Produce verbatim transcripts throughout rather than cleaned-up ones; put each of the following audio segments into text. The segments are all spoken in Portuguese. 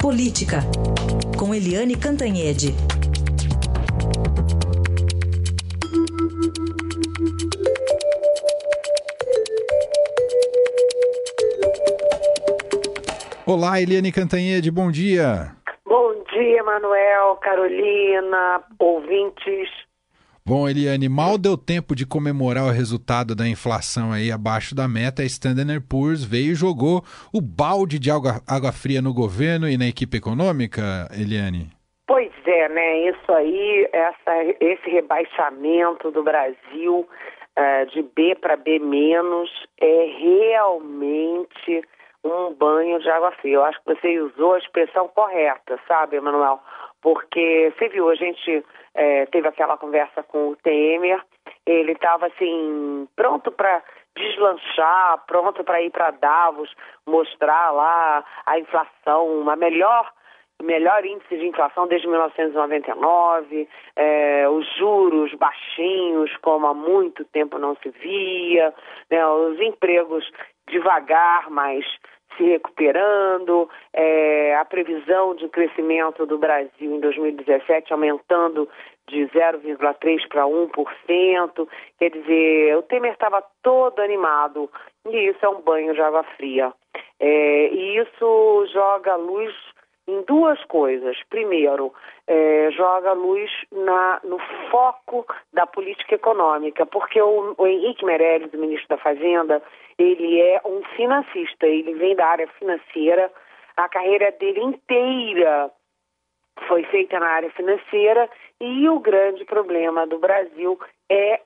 Política, com Eliane Cantanhede. Olá, Eliane Cantanhede, bom dia. Bom dia, Manuel, Carolina, ouvintes. Bom, Eliane, mal deu tempo de comemorar o resultado da inflação aí abaixo da meta, a Standard and Poor's veio e jogou o balde de água, água fria no governo e na equipe econômica, Eliane. Pois é, né? Isso aí, essa, esse rebaixamento do Brasil uh, de B para B menos é realmente um banho de água fria. Eu acho que você usou a expressão correta, sabe, Manuel? Porque você viu, a gente é, teve aquela conversa com o Temer, ele estava assim, pronto para deslanchar, pronto para ir para Davos, mostrar lá a inflação, a melhor, melhor índice de inflação desde mil novecentos e noventa e nove, é, os juros baixinhos, como há muito tempo não se via, né, os empregos devagar, mas se recuperando, é, a previsão de crescimento do Brasil em dois mil e dezessete aumentando de zero vírgula três por cento para um por cento, quer dizer, o Temer estava todo animado, e isso é um banho de água fria. É, e isso joga luz em duas coisas. Primeiro, é, joga luz na, no foco da política econômica, porque o, o Henrique Meirelles, o ministro da Fazenda, ele é um financista, ele vem da área financeira, a carreira dele inteira foi feita na área financeira e o grande problema do Brasil é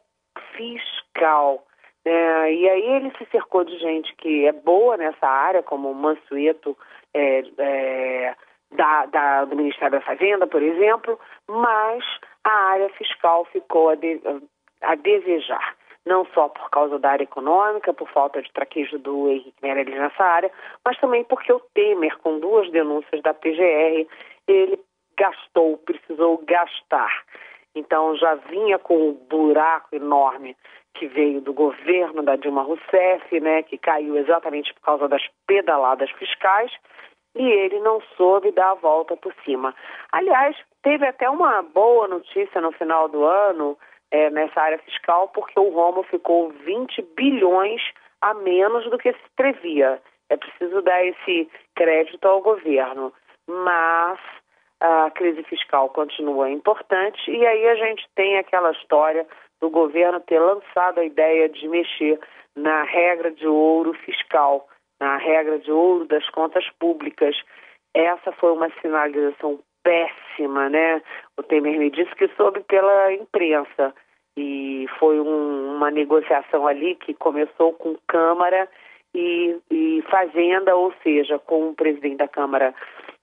fiscal. É, e aí ele se cercou de gente que é boa nessa área, como o Mansueto, é, é, Da, da, do Ministério da Fazenda, por exemplo, mas a área fiscal ficou a, de, a desejar, não só por causa da área econômica, por falta de traquejo do Henrique Meirelles nessa área, mas também porque o Temer, com duas denúncias da P G R, ele gastou, precisou gastar. Então já vinha com um buraco enorme que veio do governo da Dilma Rousseff, né, que caiu exatamente por causa das pedaladas fiscais, e ele não soube dar a volta por cima. Aliás, teve até uma boa notícia no final do ano é, nessa área fiscal, porque o rombo ficou vinte bilhões a menos do que se previa. É preciso dar esse crédito ao governo. Mas a crise fiscal continua importante e aí a gente tem aquela história do governo ter lançado a ideia de mexer na regra de ouro fiscal, na regra de ouro das contas públicas. Essa foi uma sinalização péssima, né? O Temer me disse que soube pela imprensa e foi um, uma negociação ali que começou com Câmara e, e Fazenda, ou seja, com o presidente da Câmara,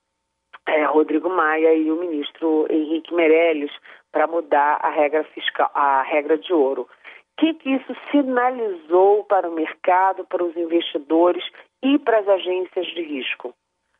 é, Rodrigo Maia, e o ministro Henrique Meirelles, para mudar a regra fiscal, a regra de ouro. O que, que isso sinalizou para o mercado, para os investidores e para as agências de risco?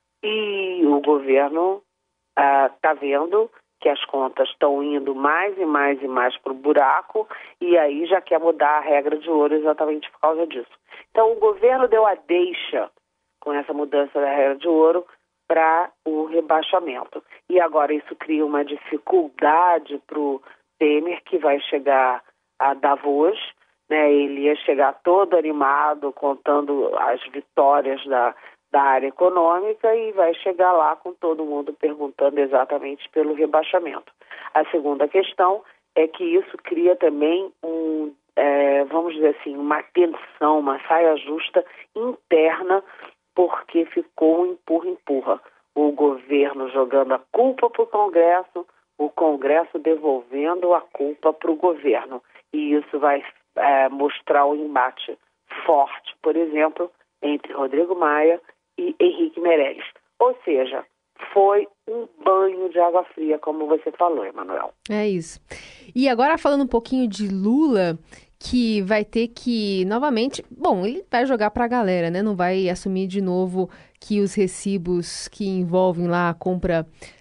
E o governo está ah, vendo que as contas estão indo mais e mais e mais para o buraco e aí já quer mudar a regra de ouro exatamente por causa disso. Então o governo deu a deixa com essa mudança da regra de ouro para o rebaixamento. E agora isso cria uma dificuldade para o Temer, que vai chegar a Davos, né? Ele ia chegar todo animado, contando as vitórias da, da área econômica e vai chegar lá com todo mundo perguntando exatamente pelo rebaixamento. A segunda questão é que isso cria também um, é, vamos dizer assim, uma tensão, uma saia justa interna, porque ficou um empurra-empurra. O governo jogando a culpa para o Congresso, o Congresso devolvendo a culpa para o governo. E isso vai é, mostrar um embate forte, por exemplo, entre Rodrigo Maia e Henrique Meirelles. Ou seja, foi um banho de água fria, como você falou, Emanuel. É isso. E agora falando um pouquinho de Lula, que vai ter que, novamente... Bom, ele vai jogar para a galera, né? Não vai assumir de novo que os recibos que envolvem lá a compra...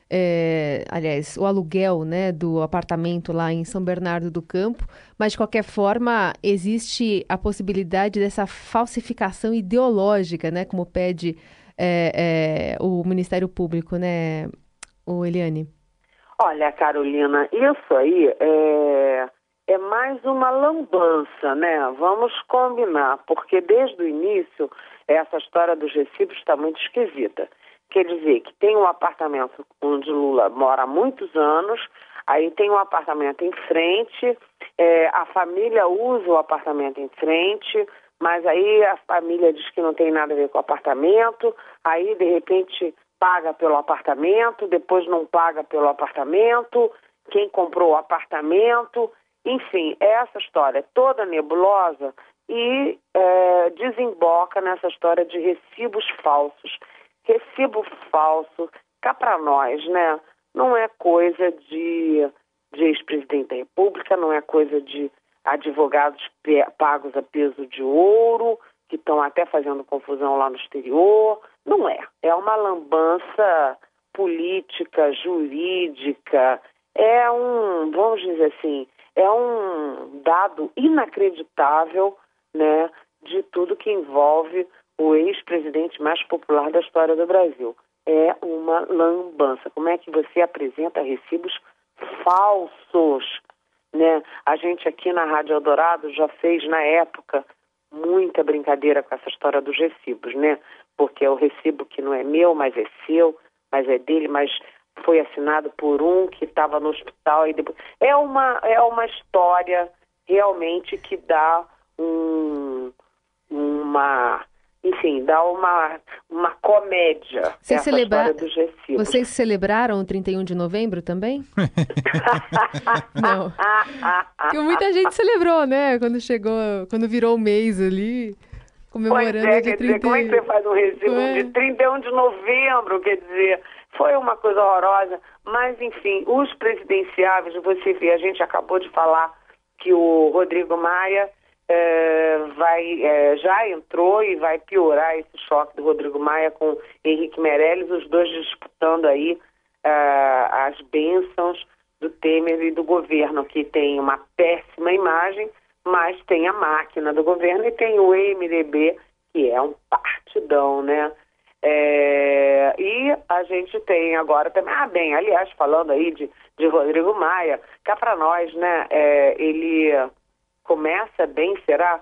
É, aliás, o aluguel, né, do apartamento lá em São Bernardo do Campo, mas de qualquer forma existe a possibilidade dessa falsificação ideológica, né, como pede é, é, o Ministério Público, né, o Eliane? Olha, Carolina, isso aí é, é mais uma lambança, né? Vamos combinar, porque desde o início essa história dos recibos está muito esquisita. Quer dizer que tem um apartamento onde Lula mora há muitos anos, aí tem um apartamento em frente, é, a família usa o apartamento em frente, mas aí a família diz que não tem nada a ver com o apartamento, aí de repente paga pelo apartamento, depois não paga pelo apartamento, quem comprou o apartamento, enfim, essa história toda nebulosa e é, desemboca nessa história de recibos falsos. Recibo falso, cá para nós, né? Não é coisa de, de ex-presidente da República, não é coisa de advogados pagos a peso de ouro, que estão até fazendo confusão lá no exterior. Não é. É uma lambança política, jurídica. É um, vamos dizer assim, é um dado inacreditável, né, de tudo que envolve o ex-presidente mais popular da história do Brasil. É uma lambança. Como é que você apresenta recibos falsos, né? A gente aqui na Rádio Eldorado já fez, na época, muita brincadeira com essa história dos recibos, né? Porque é o recibo que não é meu, mas é seu, mas é dele, mas foi assinado por um que estava no hospital e depois... É uma, é uma história realmente que dá um, uma... Enfim, dá uma, uma comédia. Vocês, essa celebra... história dos recibos. Vocês celebraram o trinta e um de novembro também? Não. Porque muita gente celebrou, né? Quando chegou, quando virou o mês ali, comemorando pois é, de quer trinta... dizer, como é que você faz um recibo é? de trinta e um de novembro? Quer dizer, foi uma coisa horrorosa. Mas, enfim, os presidenciáveis, você vê, a gente acabou de falar que o Rodrigo Maia... É, vai, é, já entrou e vai piorar esse choque do Rodrigo Maia com Henrique Meirelles, os dois disputando aí é, as bênçãos do Temer e do governo, que tem uma péssima imagem, mas tem a máquina do governo e tem o M D B, que é um partidão, né? É, e a gente tem agora também, ah bem, aliás, falando aí de, de Rodrigo Maia, cá para nós, né, é, ele... Começa bem, será,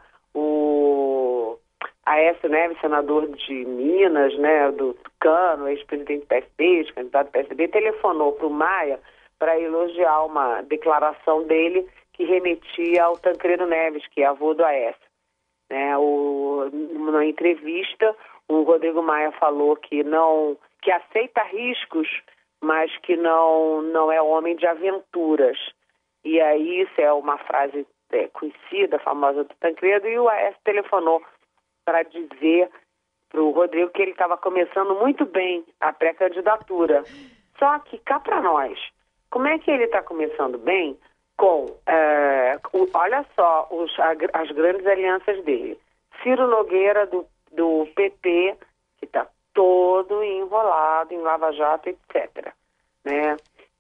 o Aécio Neves, senador de Minas, né, do Tucano, ex-presidente do P S D, ex-candidato do P S D, telefonou para o Maia para elogiar uma declaração dele que remetia ao Tancredo Neves, que é avô do Aécio. Né, o, numa entrevista, o Rodrigo Maia falou que, não, que aceita riscos, mas que não, não é homem de aventuras. E aí, isso é uma frase É, conhecida, famosa do Tancredo, e o Aécio telefonou para dizer para o Rodrigo que ele estava começando muito bem a pré-candidatura. Só que cá para nós, como é que ele está começando bem? Com, é, o, olha só, os, a, as grandes alianças dele. Ciro Nogueira, do, do P T, que está todo enrolado em Lava Jato, etcétera. Né?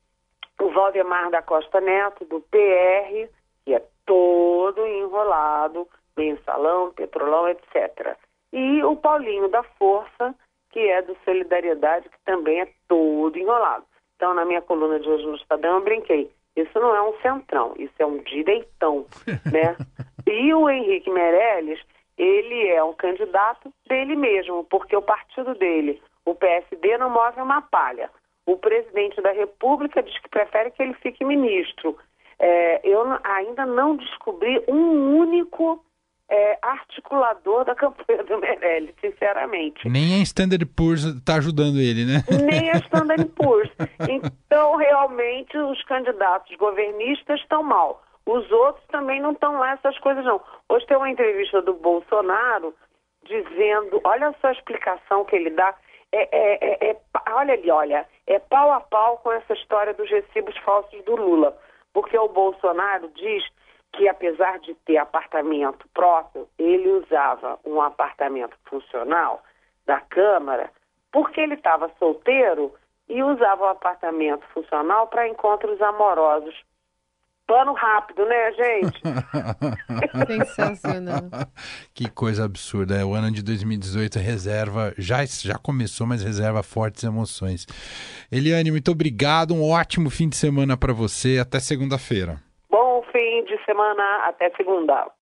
O Valdemar da Costa Neto, do P R, que é todo enrolado, mensalão, petrolão, etcétera. E o Paulinho da Força, que é do Solidariedade, que também é todo enrolado. Então, na minha coluna de hoje no Estadão, eu brinquei. Isso não é um centrão, isso é um direitão, né? E o Henrique Meirelles, ele é um candidato dele mesmo, porque o partido dele, o P S D, não move uma palha. O presidente da República diz que prefere que ele fique ministro. É, eu ainda não descobri um único é, articulador da campanha do Meirelles, sinceramente. Nem a Standard and Poor's está ajudando ele, né? Nem a Standard and Poor's. Então, realmente, os candidatos governistas estão mal. Os outros também não estão lá, essas coisas não. Hoje tem uma entrevista do Bolsonaro dizendo, olha só a explicação que ele dá, é, é, é, é, olha ali, olha, é pau a pau com essa história dos recibos falsos do Lula. Porque o Bolsonaro diz que, apesar de ter apartamento próprio, ele usava um apartamento funcional da Câmara porque ele estava solteiro e usava o apartamento funcional para encontros amorosos. Plano rápido, né, gente? Sensacional. Que coisa absurda. É, o ano de dois mil e dezoito reserva, já, já começou, mas reserva fortes emoções. Eliane, muito obrigado. Um ótimo fim de semana para você. Até segunda-feira. Bom fim de semana. Até segunda.